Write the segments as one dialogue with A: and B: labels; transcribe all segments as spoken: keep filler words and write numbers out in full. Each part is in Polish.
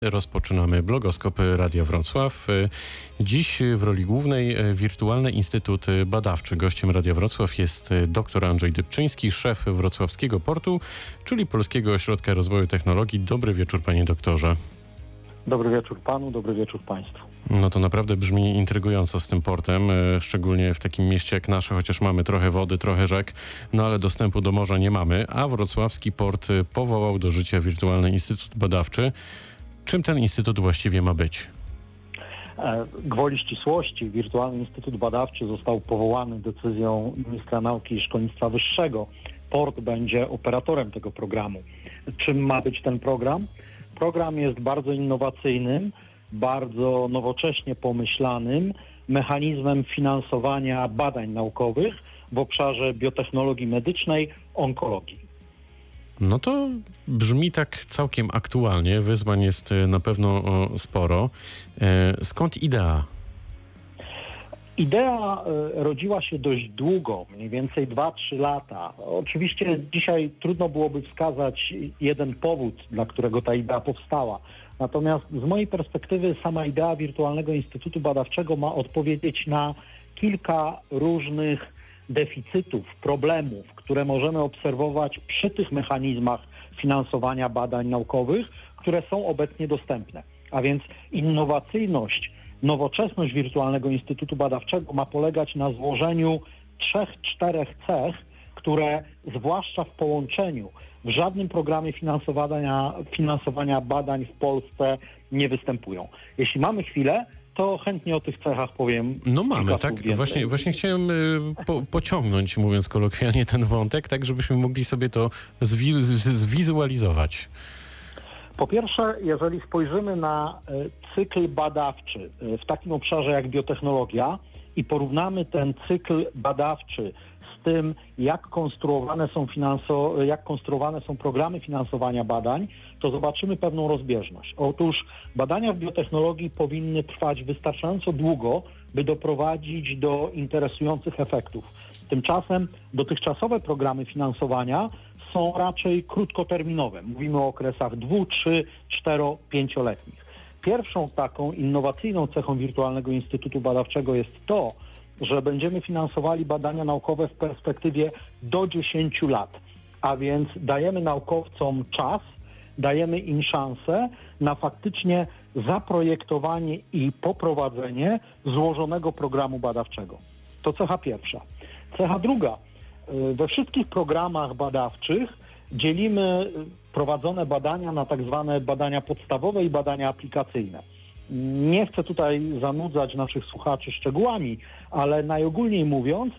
A: Rozpoczynamy blogoskop Radia Wrocław. Dziś w roli głównej Wirtualny Instytut Badawczy. Gościem Radia Wrocław jest dr Andrzej Dybczyński, szef wrocławskiego portu, czyli Polskiego Ośrodka Rozwoju Technologii. Dobry wieczór, panie doktorze.
B: Dobry wieczór panu, dobry wieczór państwu.
A: No to naprawdę brzmi intrygująco z tym portem, szczególnie w takim mieście jak nasze, chociaż mamy trochę wody, trochę rzek, no ale dostępu do morza nie mamy, a wrocławski port powołał do życia Wirtualny Instytut Badawczy. Czym ten instytut właściwie ma być?
B: Gwoli ścisłości, Wirtualny Instytut Badawczy został powołany decyzją ministra nauki i szkolnictwa wyższego. Port będzie operatorem tego programu. Czym ma być ten program? Program jest bardzo innowacyjnym, bardzo nowocześnie pomyślanym mechanizmem finansowania badań naukowych w obszarze biotechnologii medycznej, onkologii.
A: No to brzmi tak całkiem aktualnie. Wyzwań jest na pewno sporo. Skąd idea?
B: Idea rodziła się dość długo, mniej więcej dwa trzy lata. Oczywiście dzisiaj trudno byłoby wskazać jeden powód, dla którego ta idea powstała. Natomiast z mojej perspektywy sama idea Wirtualnego Instytutu Badawczego ma odpowiedzieć na kilka różnych deficytów, problemów, które możemy obserwować przy tych mechanizmach finansowania badań naukowych, które są obecnie dostępne. A więc innowacyjność, nowoczesność Wirtualnego Instytutu Badawczego ma polegać na złożeniu trzech, czterech cech, które zwłaszcza w połączeniu w żadnym programie finansowania, finansowania badań w Polsce nie występują. Jeśli mamy chwilę, to chętnie o tych cechach powiem.
A: No mamy, tak? Właśnie, właśnie chciałem y, po, pociągnąć, mówiąc kolokwialnie, ten wątek, tak żebyśmy mogli sobie to zwi- zwizualizować.
B: Po pierwsze, jeżeli spojrzymy na y, cykl badawczy y, w takim obszarze jak biotechnologia i porównamy ten cykl badawczy z tym, jak konstruowane są finanso- jak konstruowane są programy finansowania badań, to zobaczymy pewną rozbieżność. Otóż badania w biotechnologii powinny trwać wystarczająco długo, by doprowadzić do interesujących efektów. Tymczasem dotychczasowe programy finansowania są raczej krótkoterminowe. Mówimy o okresach dwu, trzy, cztero, pięcioletnich. Pierwszą taką innowacyjną cechą Wirtualnego Instytutu Badawczego jest to, że będziemy finansowali badania naukowe w perspektywie do dziesięciu lat, a więc dajemy naukowcom czas, dajemy im szansę na faktycznie zaprojektowanie i poprowadzenie złożonego programu badawczego. To cecha pierwsza. Cecha druga. We wszystkich programach badawczych dzielimy prowadzone badania na tak zwane badania podstawowe i badania aplikacyjne. Nie chcę tutaj zanudzać naszych słuchaczy szczegółami, ale najogólniej mówiąc,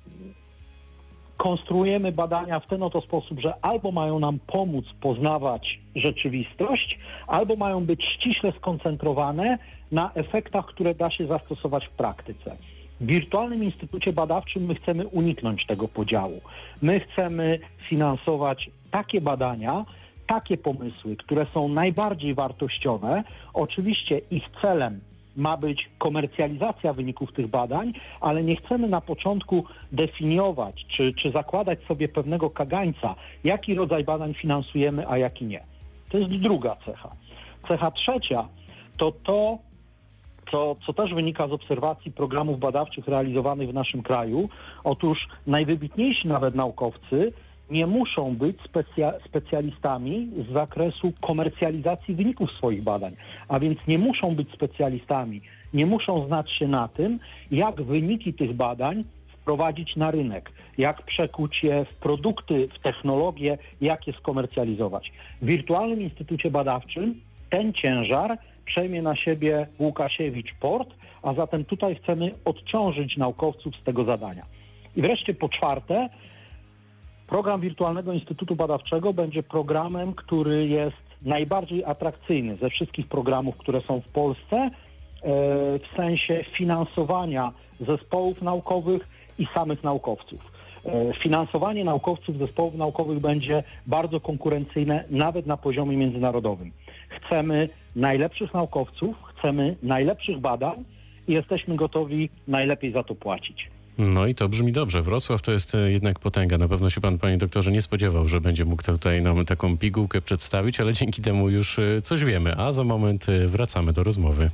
B: konstruujemy badania w ten oto sposób, że albo mają nam pomóc poznawać rzeczywistość, albo mają być ściśle skoncentrowane na efektach, które da się zastosować w praktyce. W Wirtualnym Instytucie Badawczym my chcemy uniknąć tego podziału. My chcemy finansować takie badania, takie pomysły, które są najbardziej wartościowe. Oczywiście ich celem ma być komercjalizacja wyników tych badań, ale nie chcemy na początku definiować czy, czy zakładać sobie pewnego kagańca, jaki rodzaj badań finansujemy, a jaki nie. To jest druga cecha. Cecha trzecia to to, co, co też wynika z obserwacji programów badawczych realizowanych w naszym kraju. Otóż najwybitniejsi nawet naukowcy nie muszą być specja- specjalistami z zakresu komercjalizacji wyników swoich badań, a więc nie muszą być specjalistami, nie muszą znać się na tym, jak wyniki tych badań wprowadzić na rynek, jak przekuć je w produkty, w technologie, jak je skomercjalizować. W Wirtualnym Instytucie Badawczym ten ciężar przejmie na siebie Łukasiewicz Port, a zatem tutaj chcemy odciążyć naukowców z tego zadania. I wreszcie po czwarte, program Wirtualnego Instytutu Badawczego będzie programem, który jest najbardziej atrakcyjny ze wszystkich programów, które są w Polsce w sensie finansowania zespołów naukowych i samych naukowców. Finansowanie naukowców zespołów naukowych będzie bardzo konkurencyjne nawet na poziomie międzynarodowym. Chcemy najlepszych naukowców, chcemy najlepszych badań i jesteśmy gotowi najlepiej za to płacić.
A: No i to brzmi dobrze. Wrocław to jest jednak potęga. Na pewno się pan, panie doktorze, nie spodziewał, że będzie mógł tutaj nam taką pigułkę przedstawić, ale dzięki temu już coś wiemy. A za moment wracamy do rozmowy.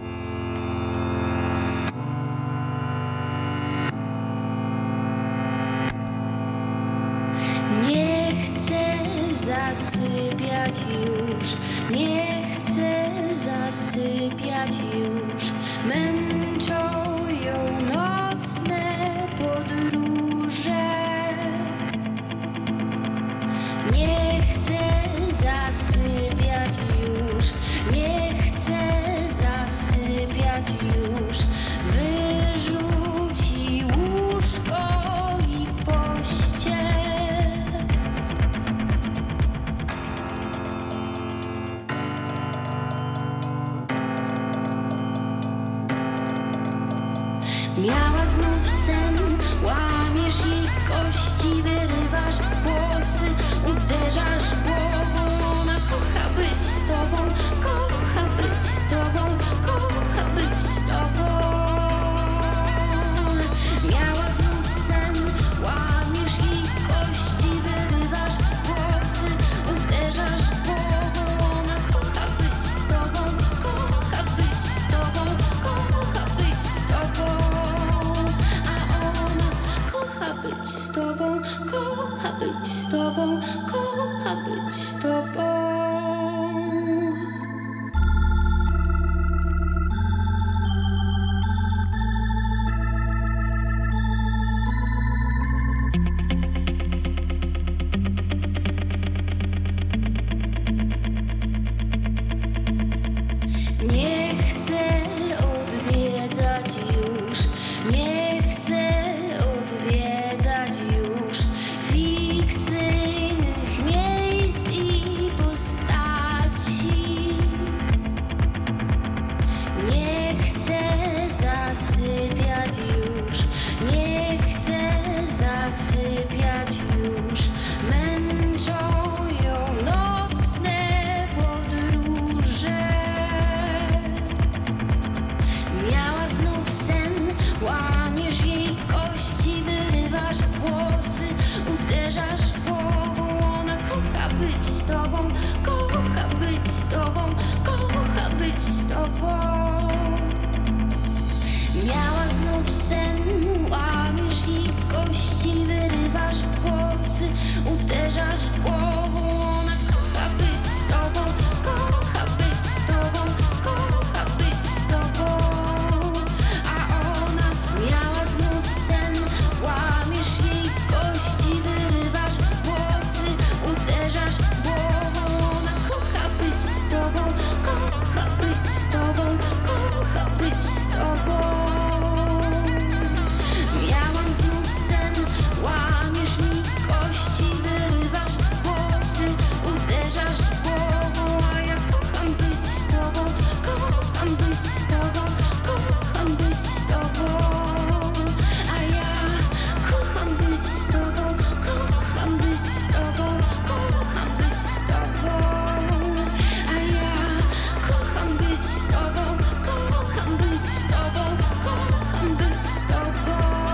C: Nie chcę zasypiać już, nie chcę zasypiać już. Męczą ją nocne podróże. Nie chcę zasypiać już, nie chcę zasypiać już. Wyrzuci łóżko i pościel. Miała znów sen, łamiesz jej kości, wyrywasz włosy, uderzasz głową. Ona kocha być z tobą, kocha być z tobą, kocha być z tobą. Miała znów sen, łamiesz jej kości, wyrywasz włosy, uderzasz głową. Ona kocha być z tobą, kocha być z tobą, kocha być z tobą. Kocha być z tobą, kocha być z tobą, kocha być z tobą. Nie chcę odwiedzać już, nie chcę odwiedzać już fikcyjnych miejsc i postaci. Nie chcę zasypiać już, nie chcę zasypiać już. Męczą ją nocne podróże. Miała znów sen, łamiesz jej kości, wyrywasz włosy, uderzasz głową. Ona kocha być z tobą, kocha być z tobą, kocha być z tobą. Miała znów sen, łamiesz jej kości, wyrywasz włosy, uderzasz głową. Ona kocha być z tobą, kocha być z tobą, kocha być z tobą. A ona miała znów sen, łamiesz jej kości, wyrywasz włosy, uderzasz głową. Ona kocha być z tobą, kocha być z tobą, kocha być z tobą. Miałam znów sen, łamiesz mi kości, wyrywasz włosy, uderzasz głową. A ja kocham być z tobą, kocham być z tobą, kocham być z tobą. A ja kocham być z tobą, kocham być z tobą, kocham być z tobą. A ja kocham być z tobą, kocham być z tobą, kocham być z tobą.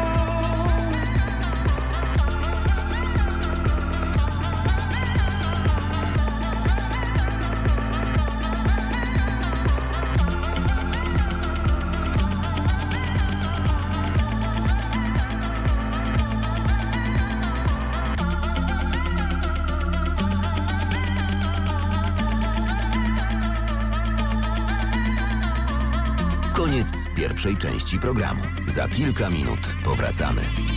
D: Koniec pierwszej części programu. Za kilka minut powracamy.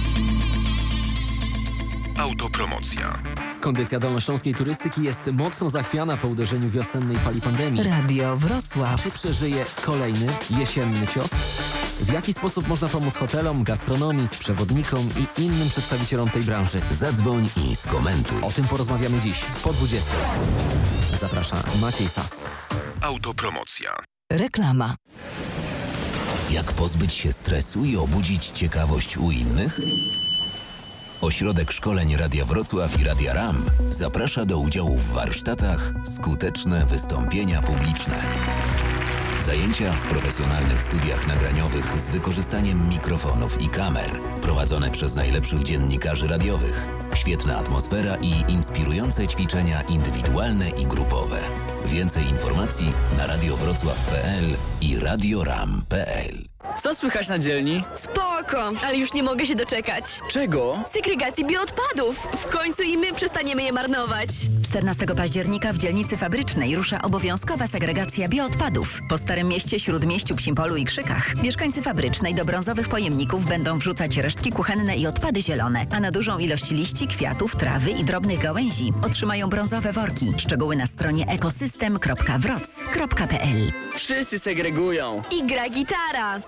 D: Autopromocja.
E: Kondycja dolnośląskiej turystyki jest mocno zachwiana po uderzeniu wiosennej fali pandemii.
F: Radio Wrocław.
E: Czy przeżyje kolejny jesienny cios? W jaki sposób można pomóc hotelom, gastronomii, przewodnikom i innym przedstawicielom tej branży?
D: Zadzwoń i skomentuj.
E: O tym porozmawiamy dziś po dwudziestej. Zaprasza Maciej Sas.
D: Autopromocja.
F: Reklama.
D: Jak pozbyć się stresu i obudzić ciekawość u innych? Ośrodek Szkoleń Radia Wrocław i Radia RAM zaprasza do udziału w warsztatach Skuteczne wystąpienia publiczne. Zajęcia w profesjonalnych studiach nagraniowych z wykorzystaniem mikrofonów i kamer, prowadzone przez najlepszych dziennikarzy radiowych. Świetna atmosfera i inspirujące ćwiczenia indywidualne i grupowe. Więcej informacji na radiowrocław kropka p l i radioram kropka p l.
G: Co słychać na dzielni?
H: Spoko, ale już nie mogę się doczekać.
G: Czego?
H: Segregacji bioodpadów. W końcu i my przestaniemy je marnować.
F: czternastego października w dzielnicy fabrycznej rusza obowiązkowa segregacja bioodpadów. Po Starym Mieście, Śródmieściu, Psimpolu i Krzykach mieszkańcy fabrycznej do brązowych pojemników będą wrzucać resztki kuchenne i odpady zielone, a na dużą ilość liści, kwiatów, trawy i drobnych gałęzi otrzymają brązowe worki. Szczegóły na stronie ekosystem kropka wroc kropka p l.
G: Wszyscy segregują.
H: I gra gitara.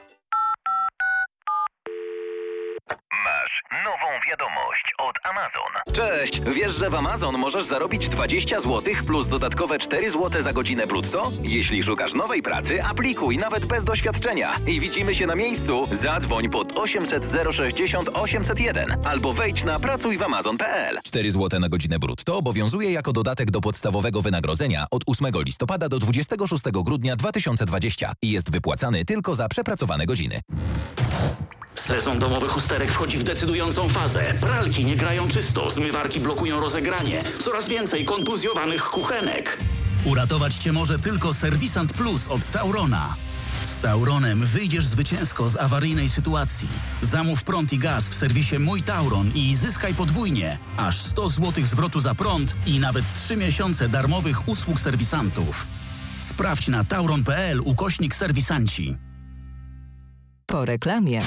I: Masz nową wiadomość od Amazon.
J: Cześć! Wiesz, że w Amazon możesz zarobić dwadzieścia złotych plus dodatkowe cztery złote za godzinę brutto? Jeśli szukasz nowej pracy, aplikuj nawet bez doświadczenia. I widzimy się na miejscu. Zadzwoń pod osiemset zero sześćdziesiąt osiemset jeden albo wejdź na pracuj w amazon kropka p l.
D: cztery złote na godzinę brutto obowiązuje jako dodatek do podstawowego wynagrodzenia od ósmego listopada do dwudziestego szóstego grudnia dwa tysiące dwudziestego i jest wypłacany tylko za przepracowane godziny.
K: Sezon domowych usterek wchodzi w decydującą fazę. Pralki nie grają czysto, zmywarki blokują rozegranie. Coraz więcej kontuzjowanych kuchenek.
L: Uratować Cię może tylko Serwisant Plus od Taurona. Z Tauronem wyjdziesz zwycięsko z awaryjnej sytuacji. Zamów prąd i gaz w serwisie Mój Tauron i zyskaj podwójnie. Aż sto złotych zwrotu za prąd i nawet trzy miesiące darmowych usług serwisantów. Sprawdź na tauron kropka p l ukośnik serwisanci.
F: Po reklamie.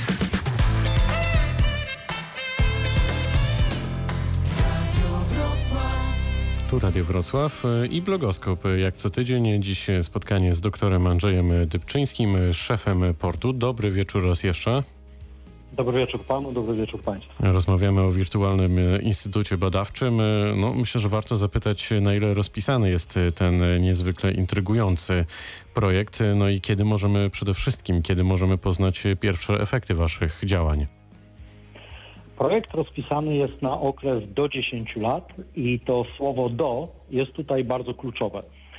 A: Tu Radio Wrocław i blogoskop. Jak co tydzień, dziś spotkanie z doktorem Andrzejem Dybczyńskim, szefem portu. Dobry wieczór raz jeszcze.
B: Dobry wieczór panu, dobry wieczór państwu.
A: Rozmawiamy o wirtualnym instytucie badawczym. No, myślę, że warto zapytać, na ile rozpisany jest ten niezwykle intrygujący projekt. No i kiedy możemy, przede wszystkim, kiedy możemy poznać pierwsze efekty waszych działań?
B: Projekt rozpisany jest na okres do dziesięciu lat i to słowo do jest tutaj bardzo kluczowe.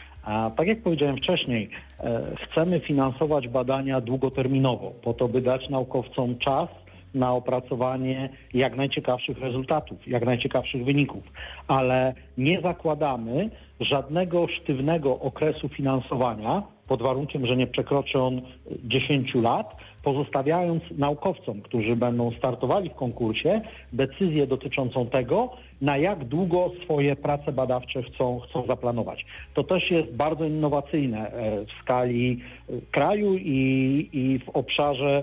B: A tak jak powiedziałem wcześniej, e, chcemy finansować badania długoterminowo, po to by dać naukowcom czas na opracowanie jak najciekawszych rezultatów, jak najciekawszych wyników, ale nie zakładamy żadnego sztywnego okresu finansowania, pod warunkiem, że nie przekroczy on dziesięciu lat, pozostawiając naukowcom, którzy będą startowali w konkursie, decyzję dotyczącą tego, na jak długo swoje prace badawcze chcą, chcą zaplanować. To też jest bardzo innowacyjne w skali kraju i, i w obszarze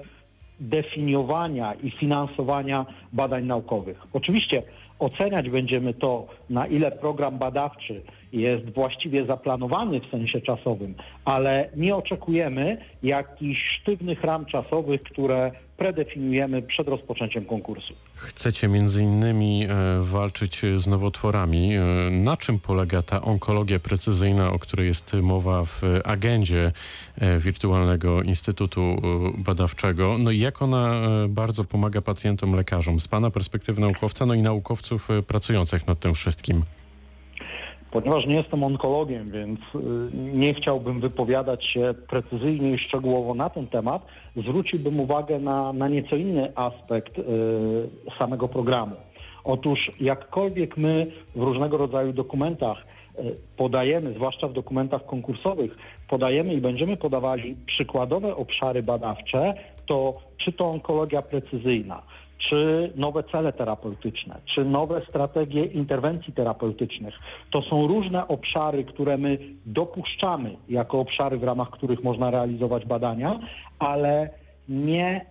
B: definiowania i finansowania badań naukowych. Oczywiście oceniać będziemy to, na ile program badawczy jest właściwie zaplanowany w sensie czasowym, ale nie oczekujemy jakichś sztywnych ram czasowych, które predefiniujemy przed rozpoczęciem konkursu.
A: Chcecie między innymi e, walczyć z nowotworami. E, na czym polega ta onkologia precyzyjna, o której jest mowa w agendzie e, Wirtualnego Instytutu e, Badawczego? No i jak ona e, bardzo pomaga pacjentom, lekarzom z pana perspektywy naukowca, no i naukowców e, pracujących nad tym wszystkim?
B: Ponieważ nie jestem onkologiem, więc nie chciałbym wypowiadać się precyzyjnie i szczegółowo na ten temat, zwróciłbym uwagę na, na nieco inny aspekt y, samego programu. Otóż jakkolwiek my w różnego rodzaju dokumentach y, podajemy, zwłaszcza w dokumentach konkursowych, podajemy i będziemy podawali przykładowe obszary badawcze, to czy to onkologia precyzyjna, czy nowe cele terapeutyczne, czy nowe strategie interwencji terapeutycznych. To są różne obszary, które my dopuszczamy jako obszary, w ramach których można realizować badania, ale nie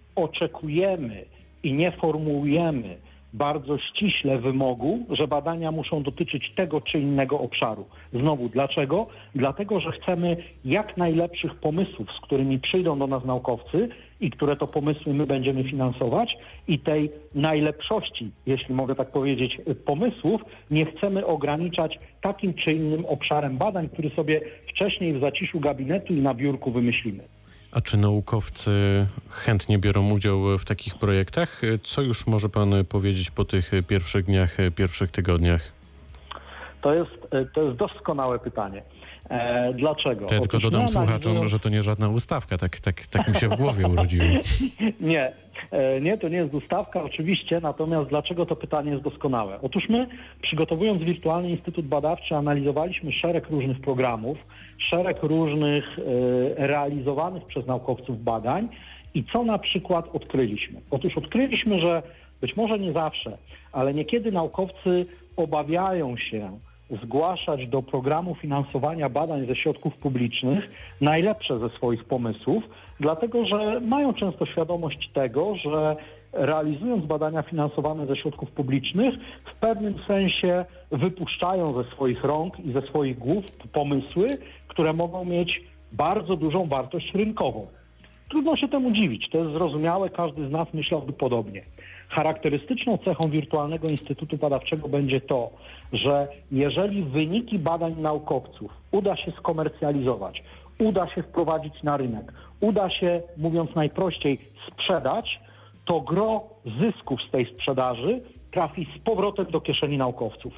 B: oczekujemy i nie formułujemy bardzo ściśle wymogu, że badania muszą dotyczyć tego czy innego obszaru. Znowu, dlaczego? Dlatego, że chcemy jak najlepszych pomysłów, z którymi przyjdą do nas naukowcy i które to pomysły my będziemy finansować, i tej najlepszości, jeśli mogę tak powiedzieć, pomysłów nie chcemy ograniczać takim czy innym obszarem badań, który sobie wcześniej w zaciszu gabinetu i na biurku wymyślimy.
A: A czy naukowcy chętnie biorą udział w takich projektach? Co już może pan powiedzieć po tych pierwszych dniach, pierwszych tygodniach?
B: To jest, to jest doskonałe pytanie. E, dlaczego?
A: To ja tylko
B: Otóż
A: dodam słuchaczom,
B: analizując...
A: że to nie żadna ustawka, tak, tak, tak mi się w głowie urodziło.
B: Nie, e, nie, to nie jest ustawka oczywiście, natomiast dlaczego to pytanie jest doskonałe? Otóż my, przygotowując Wirtualny Instytut Badawczy, analizowaliśmy szereg różnych programów, szereg różnych e, realizowanych przez naukowców badań i co na przykład odkryliśmy? Otóż odkryliśmy, że być może nie zawsze, ale niekiedy naukowcy obawiają się zgłaszać do programu finansowania badań ze środków publicznych najlepsze ze swoich pomysłów, dlatego że mają często świadomość tego, że realizując badania finansowane ze środków publicznych, w pewnym sensie wypuszczają ze swoich rąk i ze swoich głów pomysły, które mogą mieć bardzo dużą wartość rynkową. Trudno się temu dziwić, to jest zrozumiałe, każdy z nas myślałby podobnie. Charakterystyczną cechą Wirtualnego Instytutu Badawczego będzie to, że jeżeli wyniki badań naukowców uda się skomercjalizować, uda się wprowadzić na rynek, uda się, mówiąc najprościej, sprzedać, to gro zysków z tej sprzedaży trafi z powrotem do kieszeni naukowców.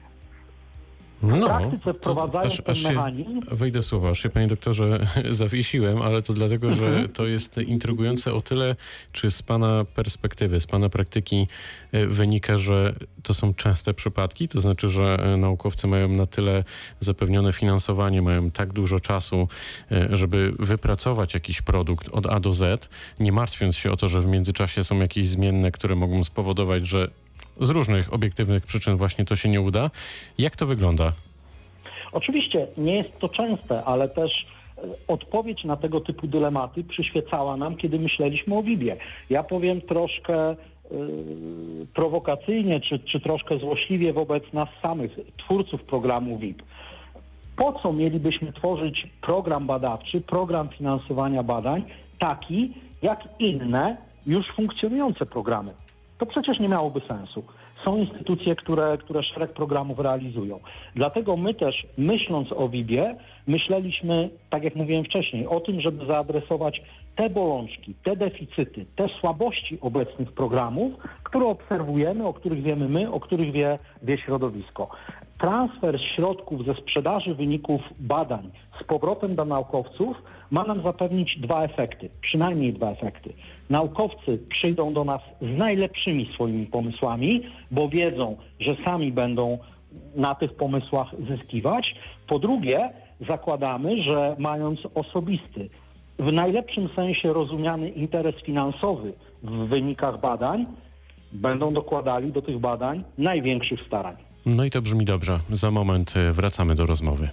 B: W
A: no,
B: praktyce wprowadzając
A: aż,
B: ten
A: aż
B: mechanizm...
A: Wejdę w słowo, aż się, panie doktorze, zawiesiłem, ale to dlatego, że to jest intrygujące o tyle, czy z pana perspektywy, z pana praktyki wynika, że to są częste przypadki, to znaczy, że naukowcy mają na tyle zapewnione finansowanie, mają tak dużo czasu, żeby wypracować jakiś produkt od A do Z, nie martwiąc się o to, że w międzyczasie są jakieś zmienne, które mogą spowodować, że z różnych obiektywnych przyczyn właśnie to się nie uda. Jak to wygląda?
B: Oczywiście nie jest to częste, ale też odpowiedź na tego typu dylematy przyświecała nam, kiedy myśleliśmy o V I B-ie. Ja powiem troszkę yy, prowokacyjnie, czy, czy troszkę złośliwie wobec nas samych, twórców programu V I B. Po co mielibyśmy tworzyć program badawczy, program finansowania badań, taki jak inne już funkcjonujące programy? To przecież nie miałoby sensu. Są instytucje, które, które szereg programów realizują. Dlatego my też, myśląc o V I B-ie, myśleliśmy, tak jak mówiłem wcześniej, o tym, żeby zaadresować te bolączki, te deficyty, te słabości obecnych programów, które obserwujemy, o których wiemy my, o których wie, wie środowisko. Transfer środków ze sprzedaży wyników badań z powrotem do naukowców ma nam zapewnić dwa efekty, przynajmniej dwa efekty. Naukowcy przyjdą do nas z najlepszymi swoimi pomysłami, bo wiedzą, że sami będą na tych pomysłach zyskiwać. Po drugie, zakładamy, że mając osobisty, w najlepszym sensie rozumiany interes finansowy w wynikach badań, będą dokładali do tych badań największych starań.
A: No i to brzmi dobrze. Za moment wracamy do rozmowy.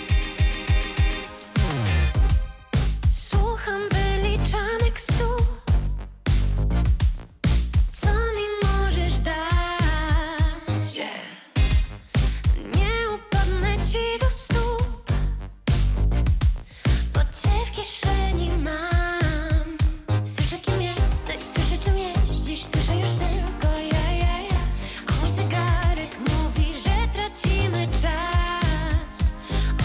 C: Słucham wyliczanych stóp. Co mi możesz dać? Nie upadnę ci do stóp, bo cię w kieszeni mam. Słyszę, kim jesteś, słyszę, czym jeździsz, słyszę już tylko ja, ja, ja. A mój zegarek mówi, że tracimy czas.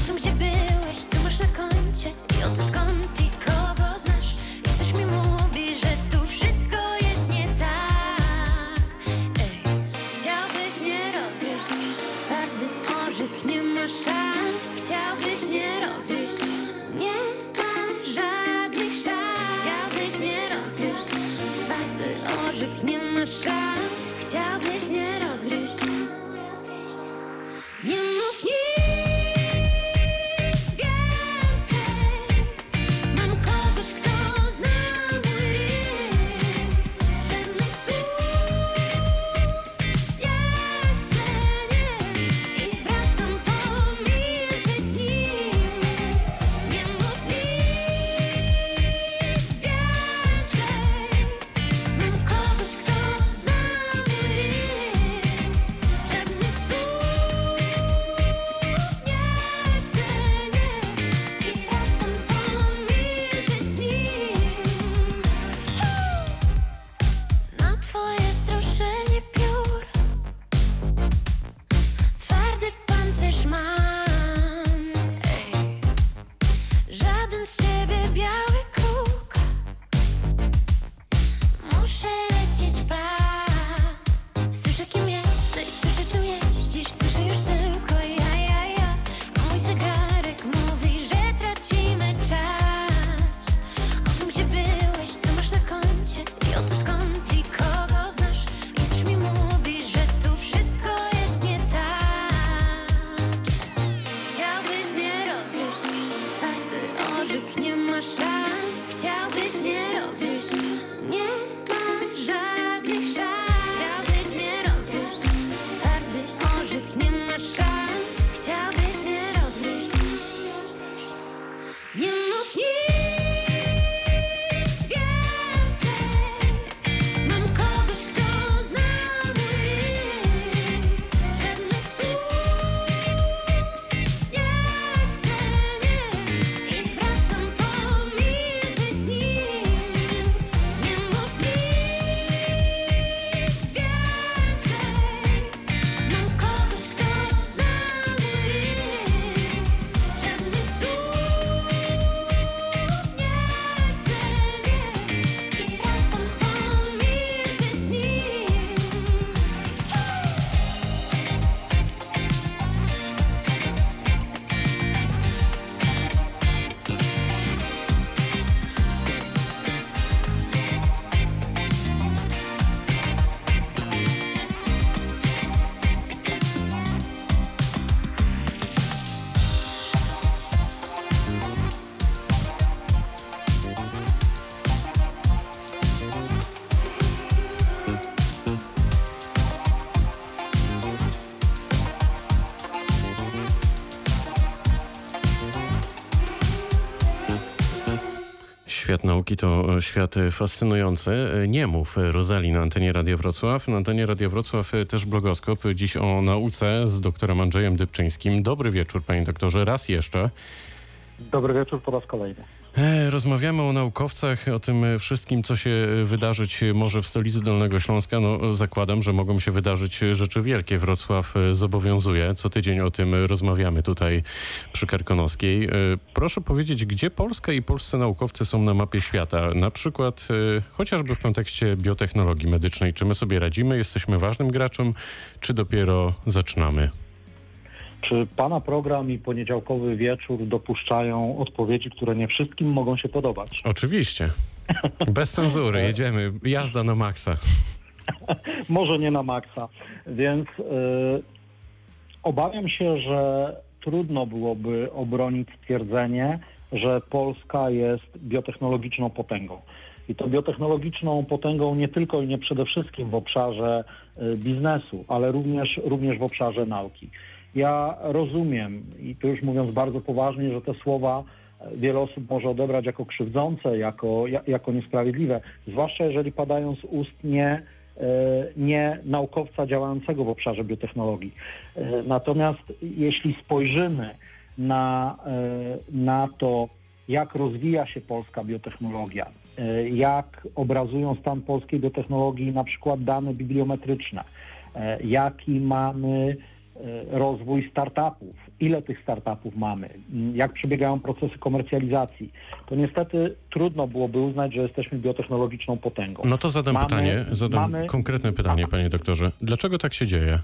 A: Świat nauki to świat fascynujący. Nie mów, Rozali na antenie Radia Wrocław. Na antenie Radia Wrocław też blogoskop. Dziś o nauce z doktorem Andrzejem Dybczyńskim. Dobry wieczór, panie doktorze, raz jeszcze.
B: Dobry wieczór po raz kolejny.
A: Rozmawiamy o naukowcach, o tym wszystkim, co się wydarzyć może w stolicy Dolnego Śląska. No, zakładam, że mogą się wydarzyć rzeczy wielkie. Wrocław zobowiązuje. Co tydzień o tym rozmawiamy tutaj przy Karkonoskiej. Proszę powiedzieć, gdzie Polska i polscy naukowcy są na mapie świata? Na przykład chociażby w kontekście biotechnologii medycznej. Czy my sobie radzimy? Jesteśmy ważnym graczem? Czy dopiero zaczynamy?
B: Czy pana program i poniedziałkowy wieczór dopuszczają odpowiedzi, które nie wszystkim mogą się podobać?
A: Oczywiście. Bez cenzury. Jedziemy. Jazda na maksa.
B: Może nie na maksa. Więc yy, obawiam się, że trudno byłoby obronić stwierdzenie, że Polska jest biotechnologiczną potęgą. I to biotechnologiczną potęgą nie tylko i nie przede wszystkim w obszarze yy, biznesu, ale również, również w obszarze nauki. Ja rozumiem, i tu już mówiąc bardzo poważnie, że te słowa wiele osób może odebrać jako krzywdzące, jako, jako niesprawiedliwe, zwłaszcza jeżeli padają z ust nie, nie naukowca działającego w obszarze biotechnologii. Natomiast jeśli spojrzymy na, na to, jak rozwija się polska biotechnologia, jak obrazują stan polskiej biotechnologii na przykład dane bibliometryczne, jaki mamy rozwój startupów, ile tych startupów mamy, jak przebiegają procesy komercjalizacji, to niestety trudno byłoby uznać, że jesteśmy biotechnologiczną potęgą.
A: No to zadam mamy, pytanie, zadam mamy... konkretne pytanie, panie doktorze. Dlaczego tak się dzieje?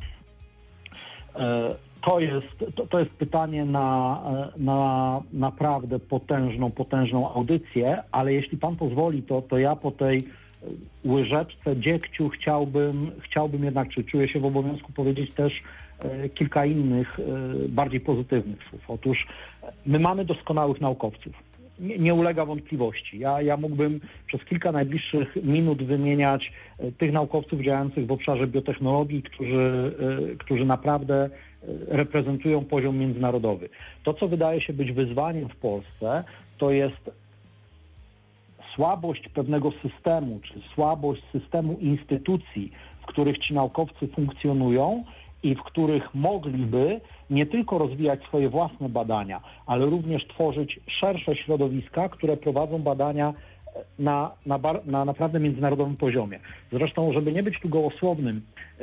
B: To jest, to, to jest pytanie na, na naprawdę potężną, potężną audycję, ale jeśli pan pozwoli, to, to ja po tej łyżeczce dziegciu chciałbym, chciałbym jednak, czy czuję się w obowiązku powiedzieć też kilka innych, bardziej pozytywnych słów. Otóż my mamy doskonałych naukowców. Nie, nie ulega wątpliwości. Ja, ja mógłbym przez kilka najbliższych minut wymieniać tych naukowców działających w obszarze biotechnologii, którzy, którzy naprawdę reprezentują poziom międzynarodowy. To, co wydaje się być wyzwaniem w Polsce, to jest słabość pewnego systemu, czy słabość systemu instytucji, w których ci naukowcy funkcjonują i w których mogliby nie tylko rozwijać swoje własne badania, ale również tworzyć szersze środowiska, które prowadzą badania na, na, bar, na naprawdę międzynarodowym poziomie. Zresztą, żeby nie być tu gołosłownym,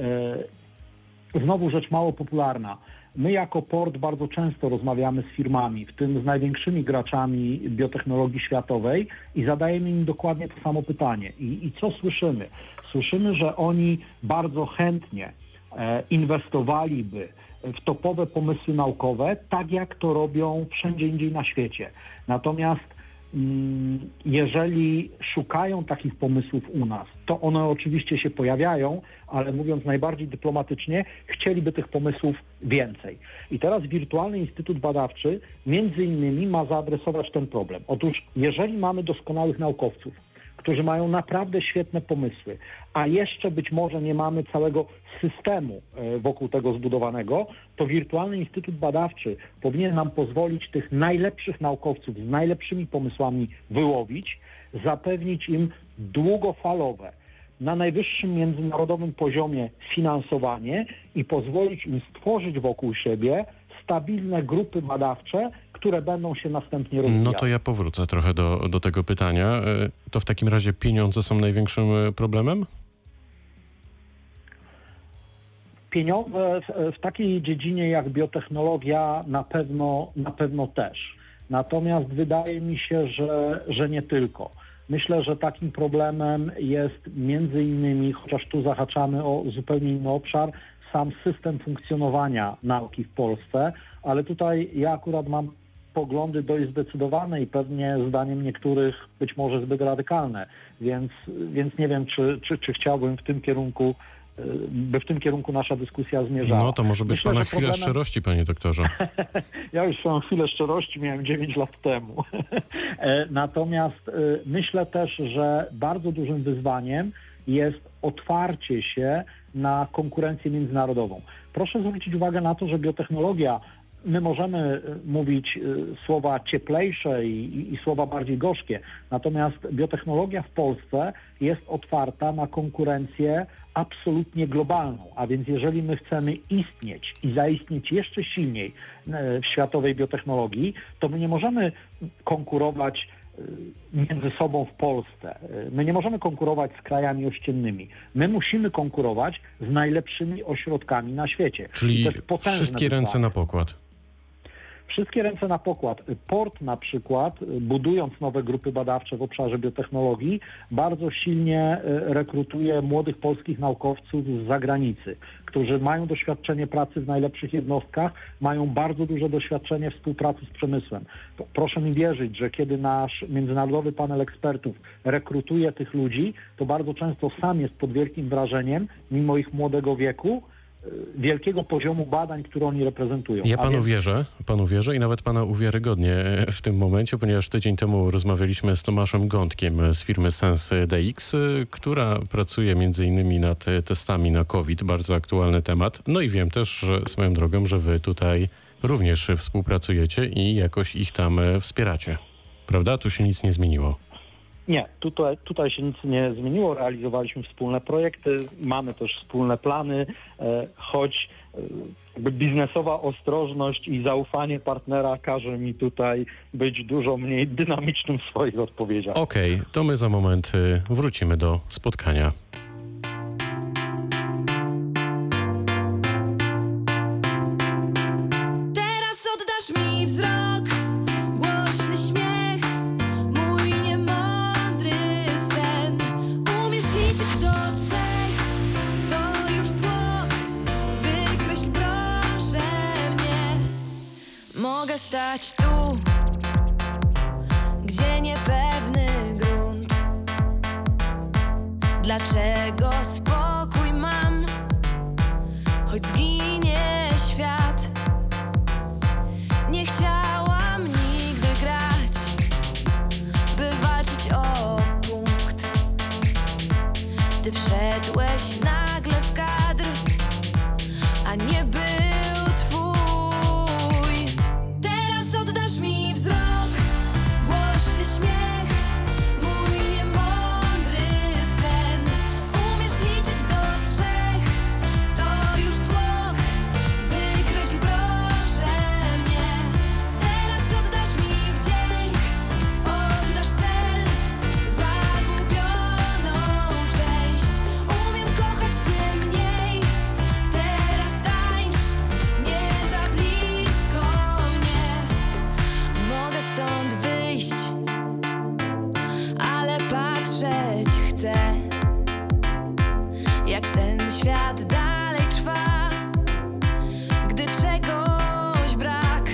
B: yy, znowu rzecz mało popularna. My jako port bardzo często rozmawiamy z firmami, w tym z największymi graczami biotechnologii światowej i zadajemy im dokładnie to samo pytanie. I, i co słyszymy? Słyszymy, że oni bardzo chętnie e, inwestowaliby w topowe pomysły naukowe, tak jak to robią wszędzie indziej na świecie. Natomiast mm, jeżeli szukają takich pomysłów u nas, to one oczywiście się pojawiają, ale mówiąc najbardziej dyplomatycznie, chcieliby tych pomysłów więcej. I teraz Wirtualny Instytut Badawczy między innymi ma zaadresować ten problem. Otóż jeżeli mamy doskonałych naukowców, którzy mają naprawdę świetne pomysły, a jeszcze być może nie mamy całego systemu wokół tego zbudowanego, to Wirtualny Instytut Badawczy powinien nam pozwolić tych najlepszych naukowców z najlepszymi pomysłami wyłowić, zapewnić im długofalowe, na najwyższym międzynarodowym poziomie finansowanie i pozwolić im stworzyć wokół siebie stabilne grupy badawcze, które będą się następnie rozwijać.
A: No to ja powrócę trochę do, do tego pytania. To w takim razie pieniądze są największym problemem?
B: Pieniądze w, w takiej dziedzinie jak biotechnologia na pewno, na pewno też. Natomiast wydaje mi się, że, że nie tylko. Myślę, że takim problemem jest między innymi, chociaż tu zahaczamy o zupełnie inny obszar, sam system funkcjonowania nauki w Polsce, ale tutaj ja akurat mam poglądy dość zdecydowane i pewnie zdaniem niektórych być może zbyt radykalne, więc, więc nie wiem, czy, czy, czy chciałbym w tym kierunku, by w tym kierunku nasza dyskusja zmierzała.
A: No to może być Myślę, pana chwila problemem... szczerości, panie doktorze.
B: Ja już swoją chwilę szczerości miałem dziewięć lat temu. Natomiast myślę też, że bardzo dużym wyzwaniem jest otwarcie się na konkurencję międzynarodową. Proszę zwrócić uwagę na to, że biotechnologia my możemy mówić słowa cieplejsze i, i, i słowa bardziej gorzkie, natomiast biotechnologia w Polsce jest otwarta na konkurencję absolutnie globalną, a więc jeżeli my chcemy istnieć i zaistnieć jeszcze silniej w światowej biotechnologii, to my nie możemy konkurować między sobą w Polsce. My nie możemy konkurować z krajami ościennymi. My musimy konkurować z najlepszymi ośrodkami na świecie.
A: Czyli wszystkie ręce na pokład.
B: Wszystkie ręce na pokład. Port na przykład, budując nowe grupy badawcze w obszarze biotechnologii, bardzo silnie rekrutuje młodych polskich naukowców z zagranicy, którzy mają doświadczenie pracy w najlepszych jednostkach, mają bardzo duże doświadczenie współpracy z przemysłem. Proszę mi wierzyć, że kiedy nasz międzynarodowy panel ekspertów rekrutuje tych ludzi, to bardzo często sam jest pod wielkim wrażeniem, mimo ich młodego wieku, wielkiego poziomu badań, które oni reprezentują.
A: Ja panu
B: więc...
A: wierzę, panu wierzę i nawet pana uwiarygodnię w tym momencie, ponieważ tydzień temu rozmawialiśmy z Tomaszem Gądkiem z firmy SenseDX, która pracuje między innymi nad testami na COVID, bardzo aktualny temat. No i wiem też, że swoją drogą, że wy tutaj również współpracujecie i jakoś ich tam wspieracie. Prawda? Tu się nic nie zmieniło.
B: Nie, tutaj, tutaj się nic nie zmieniło. Realizowaliśmy wspólne projekty, mamy też wspólne plany, choć jakby biznesowa ostrożność i zaufanie partnera każe mi tutaj być dużo mniej dynamicznym w swoich odpowiedziach.
A: Okej, okay, to my za moment wrócimy do spotkania.
C: Teraz oddasz mi wzrok, głośny śmiech, mój niemądry sen. Umiesz liczyć do trzech, to już tłok, wykreśl proszę mnie. Mogę stać tu, gdzie niepewny grunt. Dlaczego spokój mam, choć zginie świat? Nie chciałam nigdy grać, by walczyć o punkt. Ty wszedłeś nagle w kadr, a nie był twój. Teraz oddasz mi wzrok, głośny śmiech, mój niemądry sen. Umiesz liczyć do trzech, to już tłok, wykreśl proszę mnie. Teraz oddasz mi wdzięk, oddasz cel, zagubioną część. Umiem kochać cię mniej, teraz tańcz, nie za blisko mnie. Mogę stąd wyjść, ale patrzeć chcę, jak ten świat dalej trwa, gdy czegoś brak.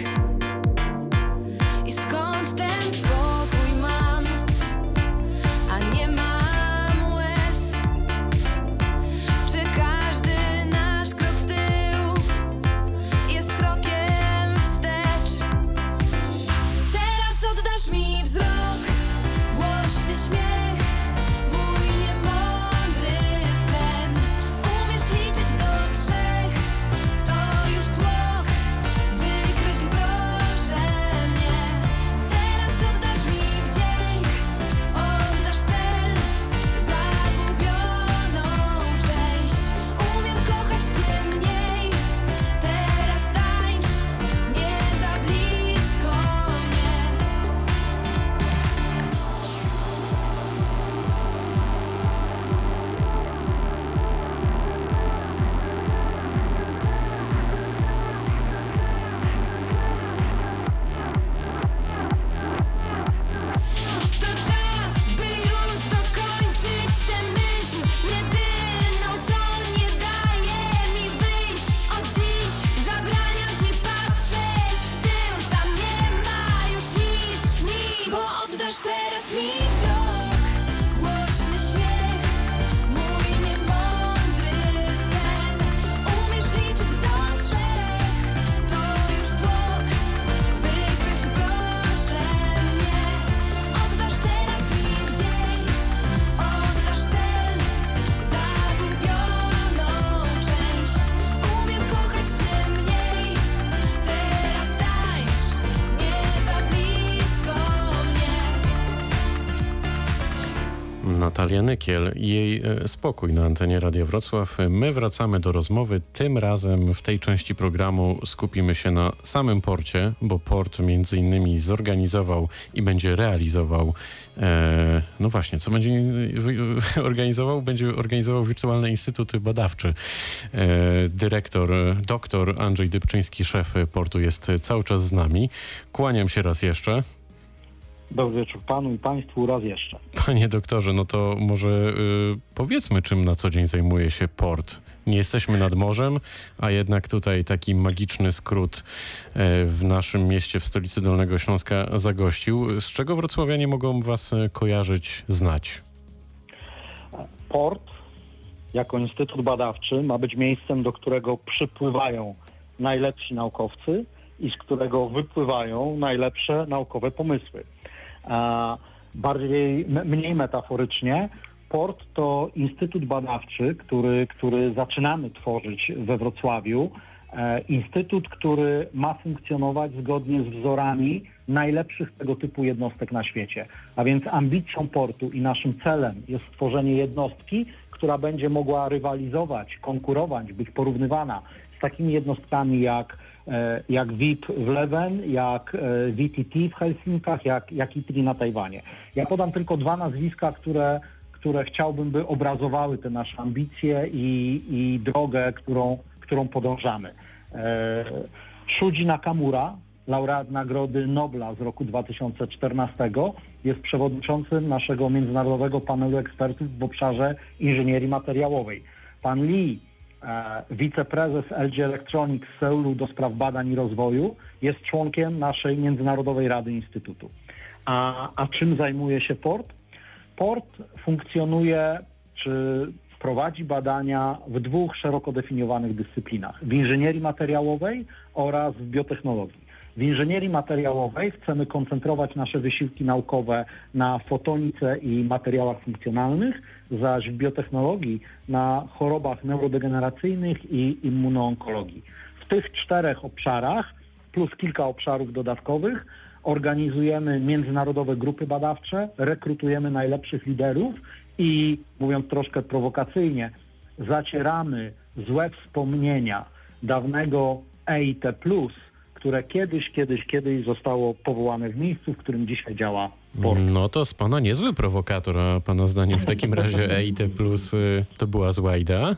C: I skąd ten spokój mam, a nie mam łez? Czy każdy nasz krok w tył jest krokiem wstecz? Teraz oddasz mi wzrok, głośny śmiech, mój niemądry sen. Umiesz liczyć do trzech, to już tłok, wykreśl proszę mnie. Teraz oddasz mi wdzięk, oddasz cel, zagubioną część. Umiem kochać cię mniej, teraz tańcz, nie za blisko mnie. To czas, by już dokończyć tę myśl, jedyną, co nie daje mi wyjść. Od dziś zabraniam ci patrzeć w tył, tam nie ma już nic, nic. Bo oddasz teraz mi wzrok, głośny śmiech, mój niemądry sen. Umiesz liczyć do trzech, to już tłok, wykreśl proszę mnie. Oddasz teraz mi wdzięk, oddasz cel, zagubioną część. Umiem kochać cię mniej, teraz
A: Natalia Nykiel i jej spokój na antenie Radia Wrocław. My wracamy do rozmowy. Tym razem w tej części programu skupimy się na samym porcie, bo port między innymi zorganizował i będzie realizował, e, no właśnie, co będzie organizował? Będzie organizował Wirtualny Instytut Badawczy. E, dyrektor, doktor Andrzej Dybczyński, szef portu, jest cały czas z nami. Kłaniam się raz jeszcze.
B: Dobry wieczór panu i państwu raz jeszcze.
A: Panie doktorze, no to może y, powiedzmy, czym na co dzień zajmuje się port. Nie jesteśmy nad morzem, a jednak tutaj taki magiczny skrót y, w naszym mieście, w stolicy Dolnego Śląska zagościł. Z czego wrocławianie mogą was kojarzyć, znać?
B: Port jako instytut badawczy ma być miejscem, do którego przypływają najlepsi naukowcy i z którego wypływają najlepsze naukowe pomysły. A bardziej, m- mniej metaforycznie, port to instytut badawczy, który, który zaczynamy tworzyć we Wrocławiu. E, instytut, który ma funkcjonować zgodnie z wzorami najlepszych tego typu jednostek na świecie. A więc ambicją portu i naszym celem jest stworzenie jednostki, która będzie mogła rywalizować, konkurować, być porównywana z takimi jednostkami jak jak V I P w Leven, jak V T T w Helsinkach, jak, jak I T R I na Tajwanie. Ja podam tylko dwa nazwiska, które, które chciałbym, by obrazowały te nasze ambicje i, i drogę, którą, którą podążamy. E, Shuji Nakamura, laureat Nagrody Nobla z roku dwa tysiące czternastego, jest przewodniczącym naszego międzynarodowego panelu ekspertów w obszarze inżynierii materiałowej. Pan Lee, wiceprezes L G Electronics z Seulu do spraw badań i rozwoju, jest członkiem naszej Międzynarodowej Rady Instytutu. A, a czym zajmuje się port? Port funkcjonuje, czy prowadzi badania w dwóch szeroko definiowanych dyscyplinach. W inżynierii materiałowej oraz w biotechnologii. W inżynierii materiałowej chcemy koncentrować nasze wysiłki naukowe na fotonice i materiałach funkcjonalnych, zaś w biotechnologii na chorobach neurodegeneracyjnych i immunoonkologii. W tych czterech obszarach, plus kilka obszarów dodatkowych, organizujemy międzynarodowe grupy badawcze, rekrutujemy najlepszych liderów i, mówiąc troszkę prowokacyjnie, zacieramy złe wspomnienia dawnego E I T plus, które kiedyś, kiedyś, kiedyś zostało powołane w miejscu, w którym dzisiaj działa port.
A: No to z pana niezły prowokator, a pana zdaniem w takim razie E I T plus y, to była zła idea?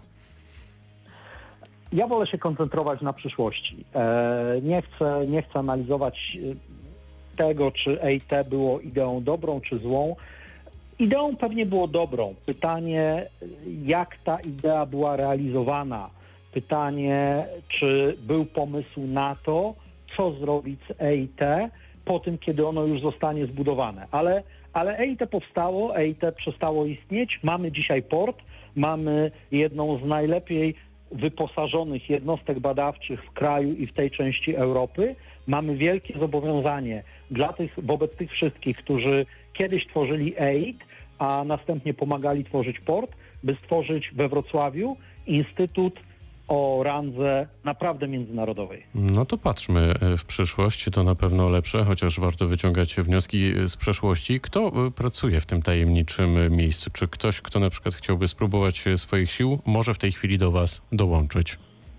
B: Ja wolę się koncentrować na przyszłości. E, nie chcę, nie chcę analizować tego, czy E I T było ideą dobrą, czy złą. Ideą pewnie było dobrą. Pytanie, jak ta idea była realizowana. Pytanie, czy był pomysł na to, co zrobić z E I T po tym, kiedy ono już zostanie zbudowane. Ale, ale E I T powstało, E I T przestało istnieć. Mamy dzisiaj port, mamy jedną z najlepiej wyposażonych jednostek badawczych w kraju i w tej części Europy. Mamy wielkie zobowiązanie dla tych, wobec tych wszystkich, którzy kiedyś tworzyli E I T, a następnie pomagali tworzyć port, by stworzyć we Wrocławiu instytut o randze naprawdę międzynarodowej.
A: No to patrzmy w przyszłość, to na pewno lepsze, chociaż warto wyciągać wnioski z przeszłości. Kto pracuje w tym tajemniczym miejscu? Czy ktoś, kto na przykład chciałby spróbować swoich sił, może w tej chwili do was dołączyć?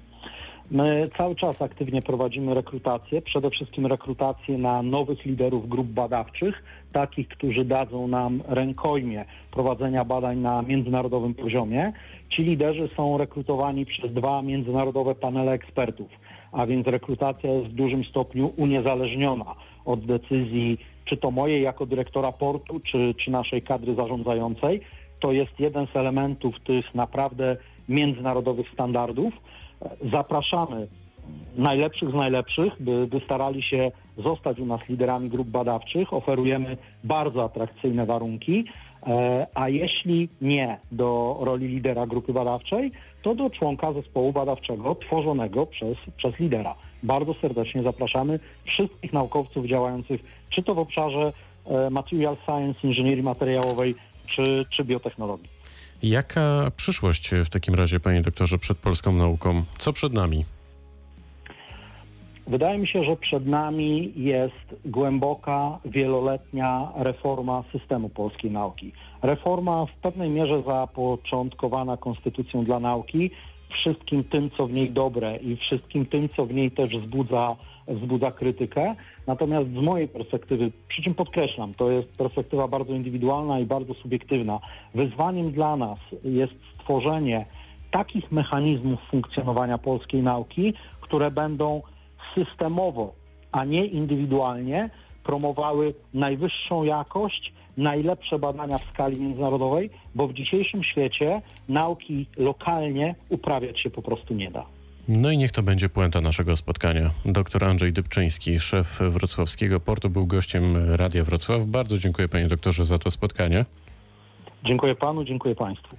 B: My cały czas aktywnie prowadzimy rekrutację, przede wszystkim rekrutację na nowych liderów grup badawczych, takich, którzy dadzą nam rękojmię prowadzenia badań na międzynarodowym poziomie. Ci liderzy są rekrutowani przez dwa międzynarodowe panele ekspertów, a więc rekrutacja jest w dużym stopniu uniezależniona od decyzji, czy to mojej jako dyrektora portu, czy, czy naszej kadry zarządzającej. To jest jeden z elementów tych naprawdę międzynarodowych standardów. Zapraszamy najlepszych z najlepszych, by, by starali się zostać u nas liderami grup badawczych. Oferujemy bardzo atrakcyjne warunki, e, a jeśli nie do roli lidera grupy badawczej, to do członka zespołu badawczego tworzonego przez, przez lidera. Bardzo serdecznie zapraszamy wszystkich naukowców działających czy to w obszarze e, material science, inżynierii materiałowej, czy, czy biotechnologii.
A: Jaka przyszłość w takim razie, panie doktorze, przed polską nauką? Co przed nami?
B: Wydaje mi się, że przed nami jest głęboka, wieloletnia reforma systemu polskiej nauki. Reforma w pewnej mierze zapoczątkowana Konstytucją dla nauki, wszystkim tym, co w niej dobre i wszystkim tym, co w niej też wzbudza, wzbudza krytykę. Natomiast z mojej perspektywy, przy czym podkreślam, to jest perspektywa bardzo indywidualna i bardzo subiektywna, wyzwaniem dla nas jest stworzenie takich mechanizmów funkcjonowania polskiej nauki, które będą systemowo, a nie indywidualnie promowały najwyższą jakość, najlepsze badania w skali międzynarodowej, bo w dzisiejszym świecie nauki lokalnie uprawiać się po prostu nie da.
A: No i niech to będzie puenta naszego spotkania. Doktor Andrzej Dybczyński, szef wrocławskiego portu, był gościem Radia Wrocław. Bardzo dziękuję, panie doktorze, za to spotkanie.
B: Dziękuję panu, dziękuję państwu.